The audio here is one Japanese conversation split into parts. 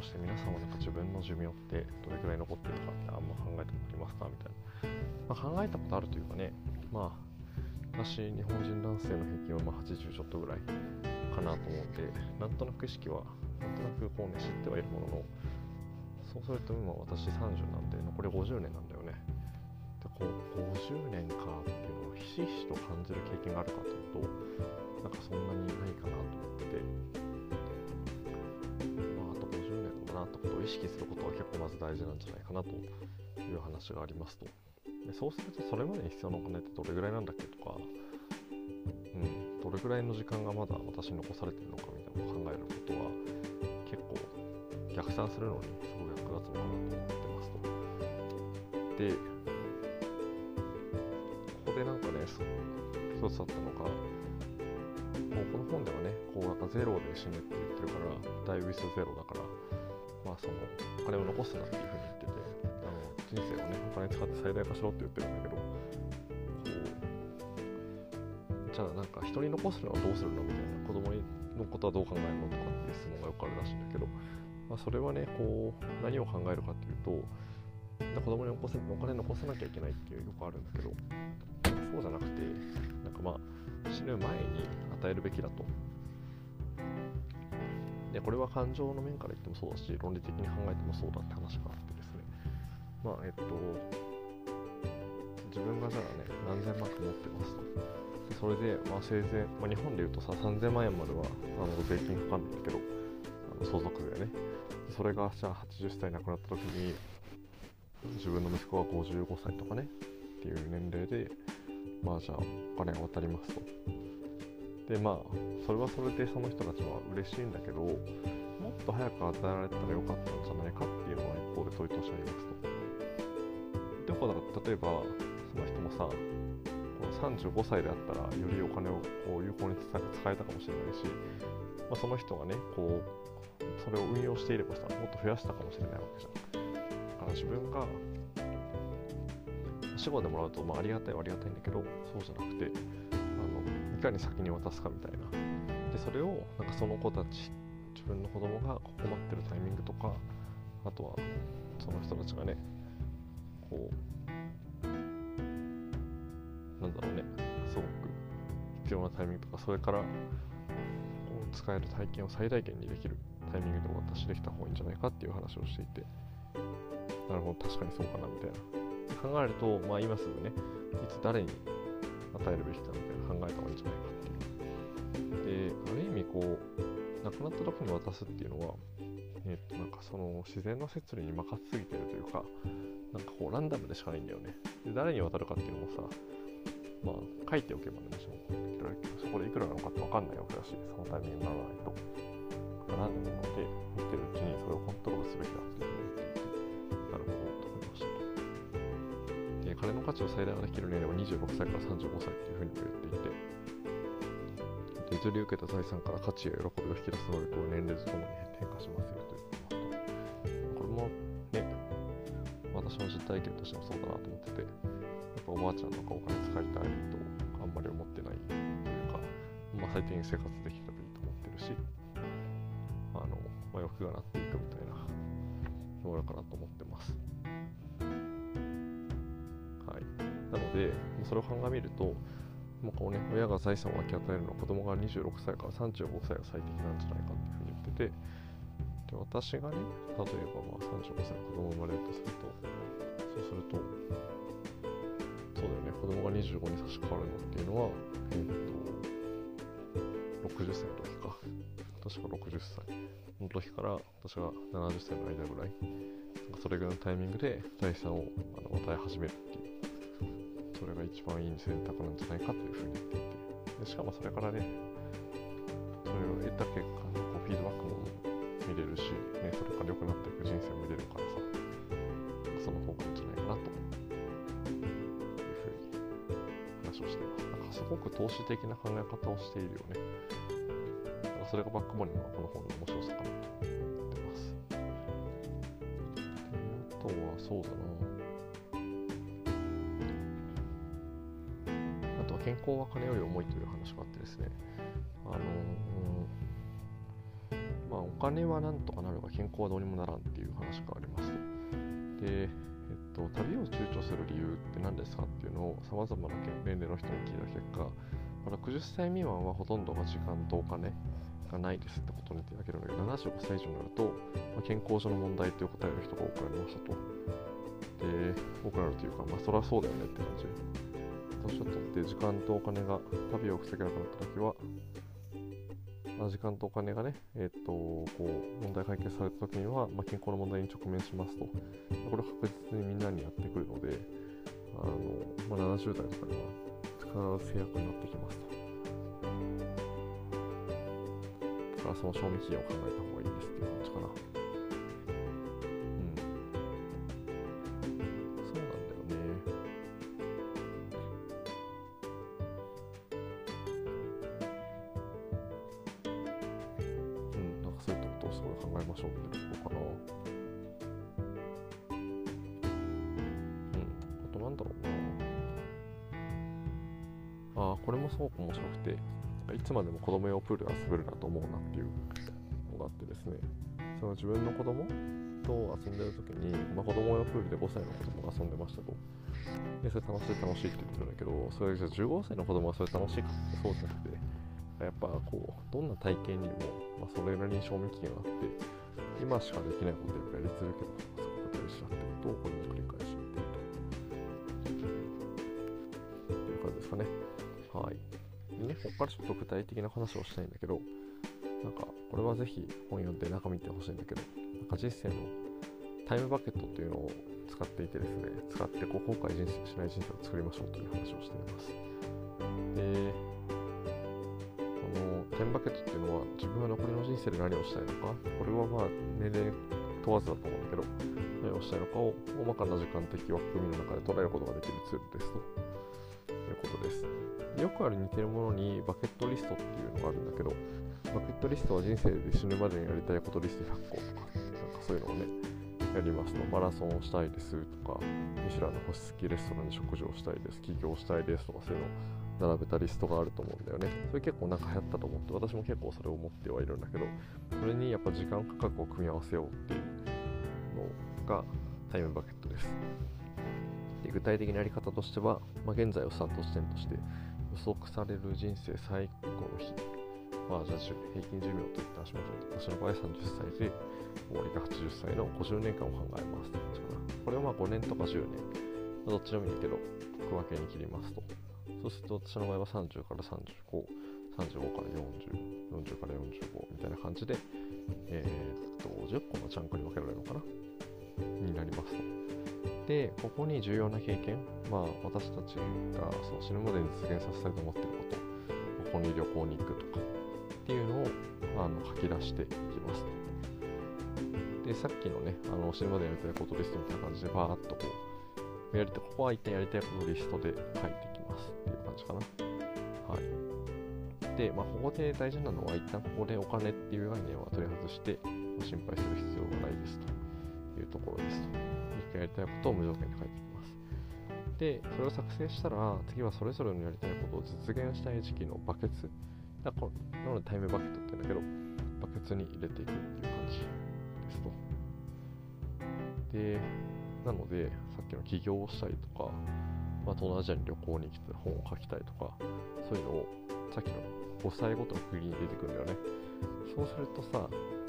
通して皆さんはなんか自分の寿命ってどれくらい残ってるかってあんま考えたことありますかみたいな、考えたことあるというかね、私日本人男性の平均は80ちょっとぐらいかなと思うんで、なんとなく意識はなんとなくこうね知ってはいるものの、そうすると今私30なんで残り50年なんだよね。でこう50年かっていうのをひしひしと感じる経験があるかというとなんかそんなにないかなと思ってて、あと50年かなってことを意識することは結構まず大事なんじゃないかなという話がありますと。でそうするとそれまでに必要なお金ってどれぐらいなんだっけとか、どれぐらいの時間がまだ私に残されているのかみたいなのを考えることは結構逆算するのにすごく役立つのかなと思ってますと。で、ここでなんかね一つあったのが、この本ではねなんかゼロで死ぬって言ってるからDie withゼロだから、そのお金を残すなっていうふうに言ってて、人生をねお金使って最大化しろって言ってるんだけど、じゃあなんか人に残すのはどうするのみたいな、子供のことはどう考えるのとかっていう質問がよくあるらしいんだけど、それはね何を考えるかっていうと、子供にお金残さなきゃいけないっていうよくあるんだけど、そうじゃなくてなんか死ぬ前に与えるべきだと。でこれは感情の面から言ってもそうだし論理的に考えてもそうだって話があってですね、自分がじゃあね何千万か持ってますと。でそれでせいぜい、日本でいうとさ3000万円までは税金かかるんだけど、相続税ね。それがじゃあ80歳亡くなった時に自分の息子が55歳とかねっていう年齢でじゃあお金が渡りますと。でそれはそれでその人たちは嬉しいんだけど、もっと早く与えられたらよかったんじゃないかっていうのは一方で問いとしてありますと。でも例えばその人もさ35歳であったらよりお金を有効に使えたかもしれないし、その人がねそれを運用していればさもっと増やしたかもしれないわけじゃん。だから自分が死後でもらうとありがたいはありがたいんだけど、そうじゃなくていかに先に渡すかみたいな。でそれをなんかその子たち、自分の子供が困ってるタイミングとか、あとはその人たちがねすごく必要なタイミングとか、それから使える体験を最大限にできるタイミングでお渡しできた方がいいんじゃないかっていう話をしていて、なるほど確かにそうかなみたいな考えると、今すぐねいつ誰に与えるべきかみたいな考えた方がいいんじゃないかっていう。である意味亡くなった時に渡すっていうのはなんかその自然の摂理に任せすぎてるというか、なんかランダムでしかないんだよね。で誰に渡るかっていうのもさ書いておけばね、もちろんそこでいくらなのかって分かんないわけだし、そのタイミングにならないとランダムなので見てるうちにそれをコントロールすべきだっていうふうに言っていて、なるほどと思いましたと。で金の価値を最大化できる年齢は26歳から35歳っていうふうにも言っていて、譲り受けた財産から価値や喜びを引き出す能力を年齢とともに変化しますよということ。これもね私の実体験としてもそうだなと思ってて、やっぱおばあちゃんとかお金使いたいとあんまり思ってないというか、最低限生活できたらいいと思ってるし、欲がなっていくみたいな能力かなと思ってます。はい。なのでそれを鑑みると、親が財産を分け与えるのは子供が26歳から35歳が最適なんじゃないかっていうふうに言ってて、で私がね例えば35歳の子供生まれるとすると、そうするとそうだよね、子供が25に差し掛かるのっていうのは60歳の時か、私が60歳の時から私が70歳の間ぐらい、それぐらいのタイミングで財産を与え始めるっていう、それが一番いい選択なんじゃないかというふうに言っていて、でしかもそれからねそれを得た結果のフィードバックも見れるし、それから良くなっていく人生も見れるからさ、その方がいいんじゃないかなというふうに話をしています。すごく投資的な考え方をしているよね。それがバックボーンのこの本の面白さかなと思ってます。あとはそうだな、あとは健康は金より重いという話があってですね、 お金はなんとかなるが健康はどうにもならんっていう話がありますと。で、旅を躊躇する理由って何ですかっていうのをさまざまな年齢の人に聞いた結果、60歳未満はほとんどが時間とお金がないですってことに言っていただけるんだけど、75歳以上になると、健康上の問題という答える人が多くなりましたと。で、多くなるというか、そりゃそうだよねって感じ。年を取って時間とお金が旅を防げなくなった時は、時間とお金がね、こう問題解決された時には、健康の問題に直面しますと。これは確実にみんなにやってくるので、70代とかには必ず制約になってきますと。だからその賞味期限を考えた方がいいですっていう感じかな。そうなんだよね。なんかそういったことをすごい考えましょうっていうことかな。あとなんだろうな。これもすごく面白くて、いつまでも子供用プールで遊べるなと思うなっていうのがあってですね、その自分の子供と遊んでる時に、子供用プールで5歳の子供が遊んでましたと。で、それ楽しいって言ってるんだけど、それじゃ15歳の子供はそれ楽しいかってそうじゃなくて、やっぱどんな体験にも、それなりに賞味期限があって、今しかできないことやっぱやり続けることがすごく大事だってことをこれに繰り返し言っているという感じですかね。はい。でね、ここからちょっと具体的な話をしたいんだけど、これはぜひ本読んで中見てほしいんだけど、人生のタイムバケットっていうのを使っていてですね、使って後悔しない人生を作りましょうという話をしています。で、このタイムバケットっていうのは自分は残りの人生で何をしたいのか、これは年齢問わずだと思うんだけど、何をしたいのかを大まかな時間的枠組みの中で捉えることができるツールですということです。よくある似てるものにバケットリストっていうのがあるんだけど、バケットリストは人生で死ぬまでにやりたいことリスト100個とか、そういうのをね、やりますと、マラソンをしたいですとか、ミシュランの星付きレストランで食事をしたいです、起業したいですとか、そういうのを並べたリストがあると思うんだよね。それ結構流行ったと思って、私も結構それを持ってはいるんだけど、それにやっぱ時間価格を組み合わせようっていうのがタイムバケットです。で、具体的なやり方としては、現在をスタート地点として予測される人生最後の日、じゃあ平均寿命といったしましょう。私の場合30歳で終わりが80歳の50年間を考えますって感じかな。これは5年とか10年、どっちでもいいけど区分けに切りますと。そうすると私の場合は30から35、35から40、40から45みたいな感じで、10個のチャンクに分けられるのかなになりますと。で、ここに重要な経験、私たちが死ぬまでに実現させたいと思っていること、ここに旅行に行くとかっていうのを書き出していきますと。で、さっきのね、死ぬまでやりたいことリストみたいな感じでバーっとここは一旦やりたいことリストで書いていきますっていう感じかな。はい。で、ここで大事なのは一旦ここでお金っていう概念は取り外して、心配する必要がないですというところですと。一回やりたいことを無条件で書いていきます。で、それを作成したら、次はそれぞれのやりたいことを実現したい時期のバケツ。なのでタイムバケットって言うんだけど、バケツに入れていくっていう感じですと。で、なので、さっきの起業をしたりとか、東南アジアに旅行に来て本を書きたいとか、そういうのをさっきの5歳ごとの区切りに出てくるんだよね。そうするとさ、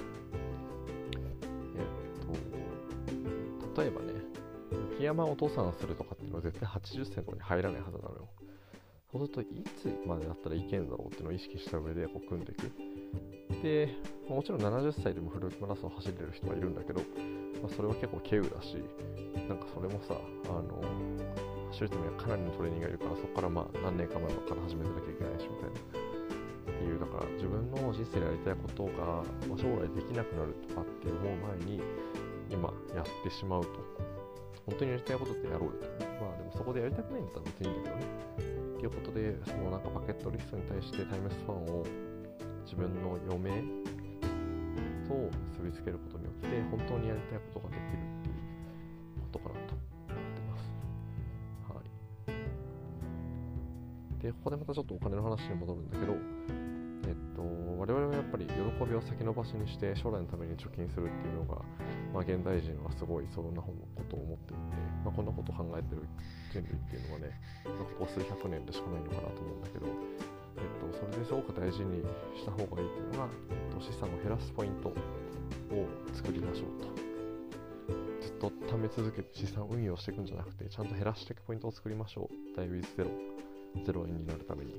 例えばね、雪山を登山するとかっていうのは絶対80歳の頃に入らないはずなのよ。そうするといつまでだったらいけんだろうっていうのを意識した上で組んでいく。で、もちろん70歳でもフルマラソン走れる人はいるんだけど、それは結構稀有だし、それもさ、走るためにはかなりのトレーニングがいるから、そこから何年か前から始めなきゃいけないしみたいな。だから自分の人生でやりたいことが、将来できなくなるとかって思う前に、今やってしまうと。本当にやりたいことってやろうよと。でもそこでやりたくないんだったら別にいいんだけどね。っていうことで、バケットリストに対してタイムスパンを自分の余命と結びつけることによって本当にやりたいことができるっていうことかなと思ってます。はい。で、ここでまたちょっとお金の話に戻るんだけど、我 々はやっぱり喜びを先延ばしにして将来のために貯金するっていうのが、現代人はすごいそんなことを思っていて、こんなことを考えてる人類っていうのはね、ここ数百年でしかないのかなと思うんだけど、それですごく大事にした方がいいというのが、資産を減らすポイントを作りましょうと。ずっと貯め続けて資産運用していくんじゃなくて、ちゃんと減らしていくポイントを作りましょう。ダイウィズゼロ円になるために。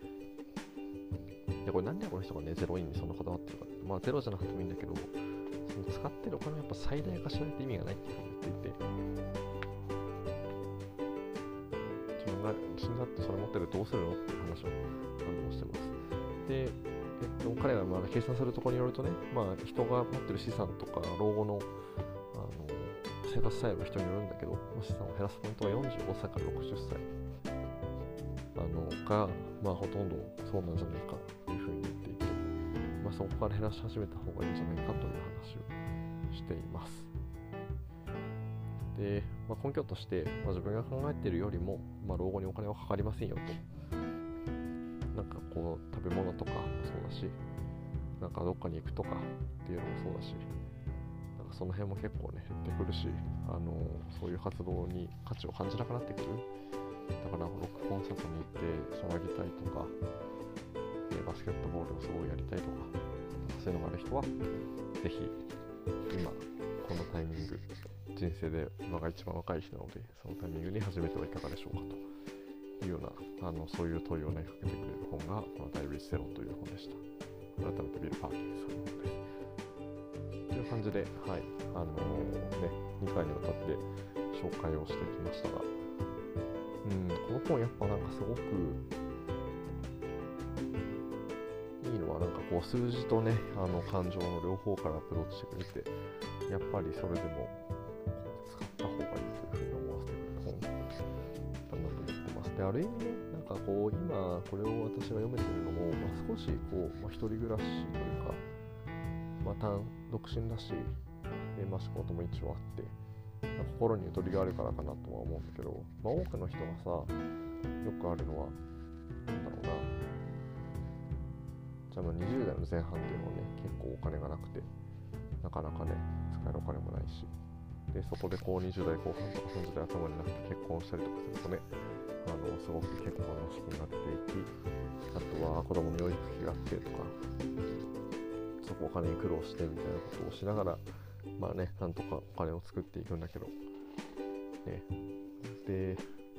で、これなんでこの人がね、ゼロ円にそんなこだわってるかって、ゼロじゃなくてもいいんだけど、その使ってるお金をやっぱ最大化しないと意味がないっていうふうに言っていて、自分が死んだってそれ持ってるどうするのっていう話をしてます。で、彼が計算するところによるとね、人が持ってる資産とか老後の生活スタイルの人によるんだけど、資産を減らすポイントは45歳から60歳が、ほとんどそうなんじゃないかというふうに言っていて、そこから減らし始めた方がいいんじゃないかという話をしています。で、根拠として、自分が考えているよりも、老後にお金はかかりませんよと。食べ物とかもそうだし、どっかに行くとかっていうのもそうだし、その辺も結構ね減ってくるし、そういう活動に価値を感じなくなってくる。だからロックコンサートに行って騒ぎたいとか、バスケットボールをすごいやりたいとか、そういうのがある人はぜひ今このタイミング、人生で今が一番若い日なので、そのタイミングに始めてはいかがでしょうかというようなそういう問いをねかけてくれる本がこのダイウィズゼロという本でした。改めてビル・パーキンさんの本です。という感じで、2回にわたって紹介をしてきましたが、この本やっぱすごくいいのは数字とね感情の両方からアプローチしてくれて、やっぱりそれでも使った方がいいというふうに思わせてくれる本だなと思ってます。で、ある意味ね、今これを私が読めてるのも、少し一人暮らしというか、独身だし、仕事も一応あって、心にゆとりがあるからかなとは思うんだけど、多くの人がさ、よくあるのは、じゃあ20代の前半っていうのはね、結構お金がなくて、なかなかね、使えるお金もないし、で、そこで20代後半とか30代頭になって結婚したりとかするとね、すごく結婚の資金が出ていき、あとは子供の養育費があってとか、そこお金に苦労してみたいなことをしながら、なんとかお金を作っていくんだけど、ね、で、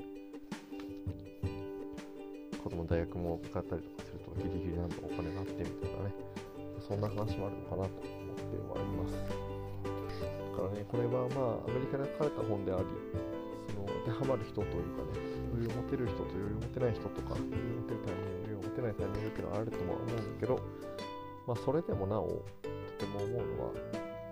子供の大学も使ったりとかするとギリギリなんとかお金があってみたいなね、そんな話もあるのかなと思ってはいます。だからね、これはアメリカで書かれた本であり、当てはまる人というかね、余裕を持てる人と余裕を持てない人とか、余裕を持てるタイミング、余裕を持てないタイミングっていうのはあるとは思うんだけど、それでもなお、とても思うのは、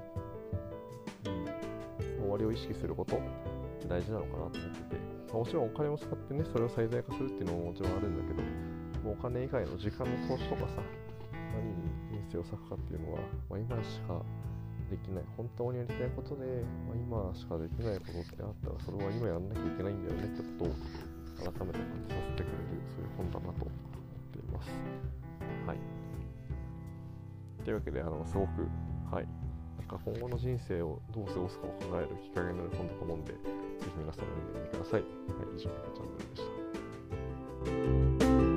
終わりを意識することって大事なのかなと思ってて、もちろんお金を使ってね、それを最大化するっていうのももちろんあるんだけど、お金以外の時間の投資とかさ、何に人生を割くかっていうのは、今しかできない、本当にやりたいことで、今しかできないことってあったら、それは今やんなきゃいけないんだよねってことを改めて感じさせてくれる、そういう本だなと思っています。はい。というわけで、すごく、今後の人生をどう過ごすかを考えるきっかけになる本だと思うんで、ぜひ皆さんも読んでみてください。以上、チャンネルでした。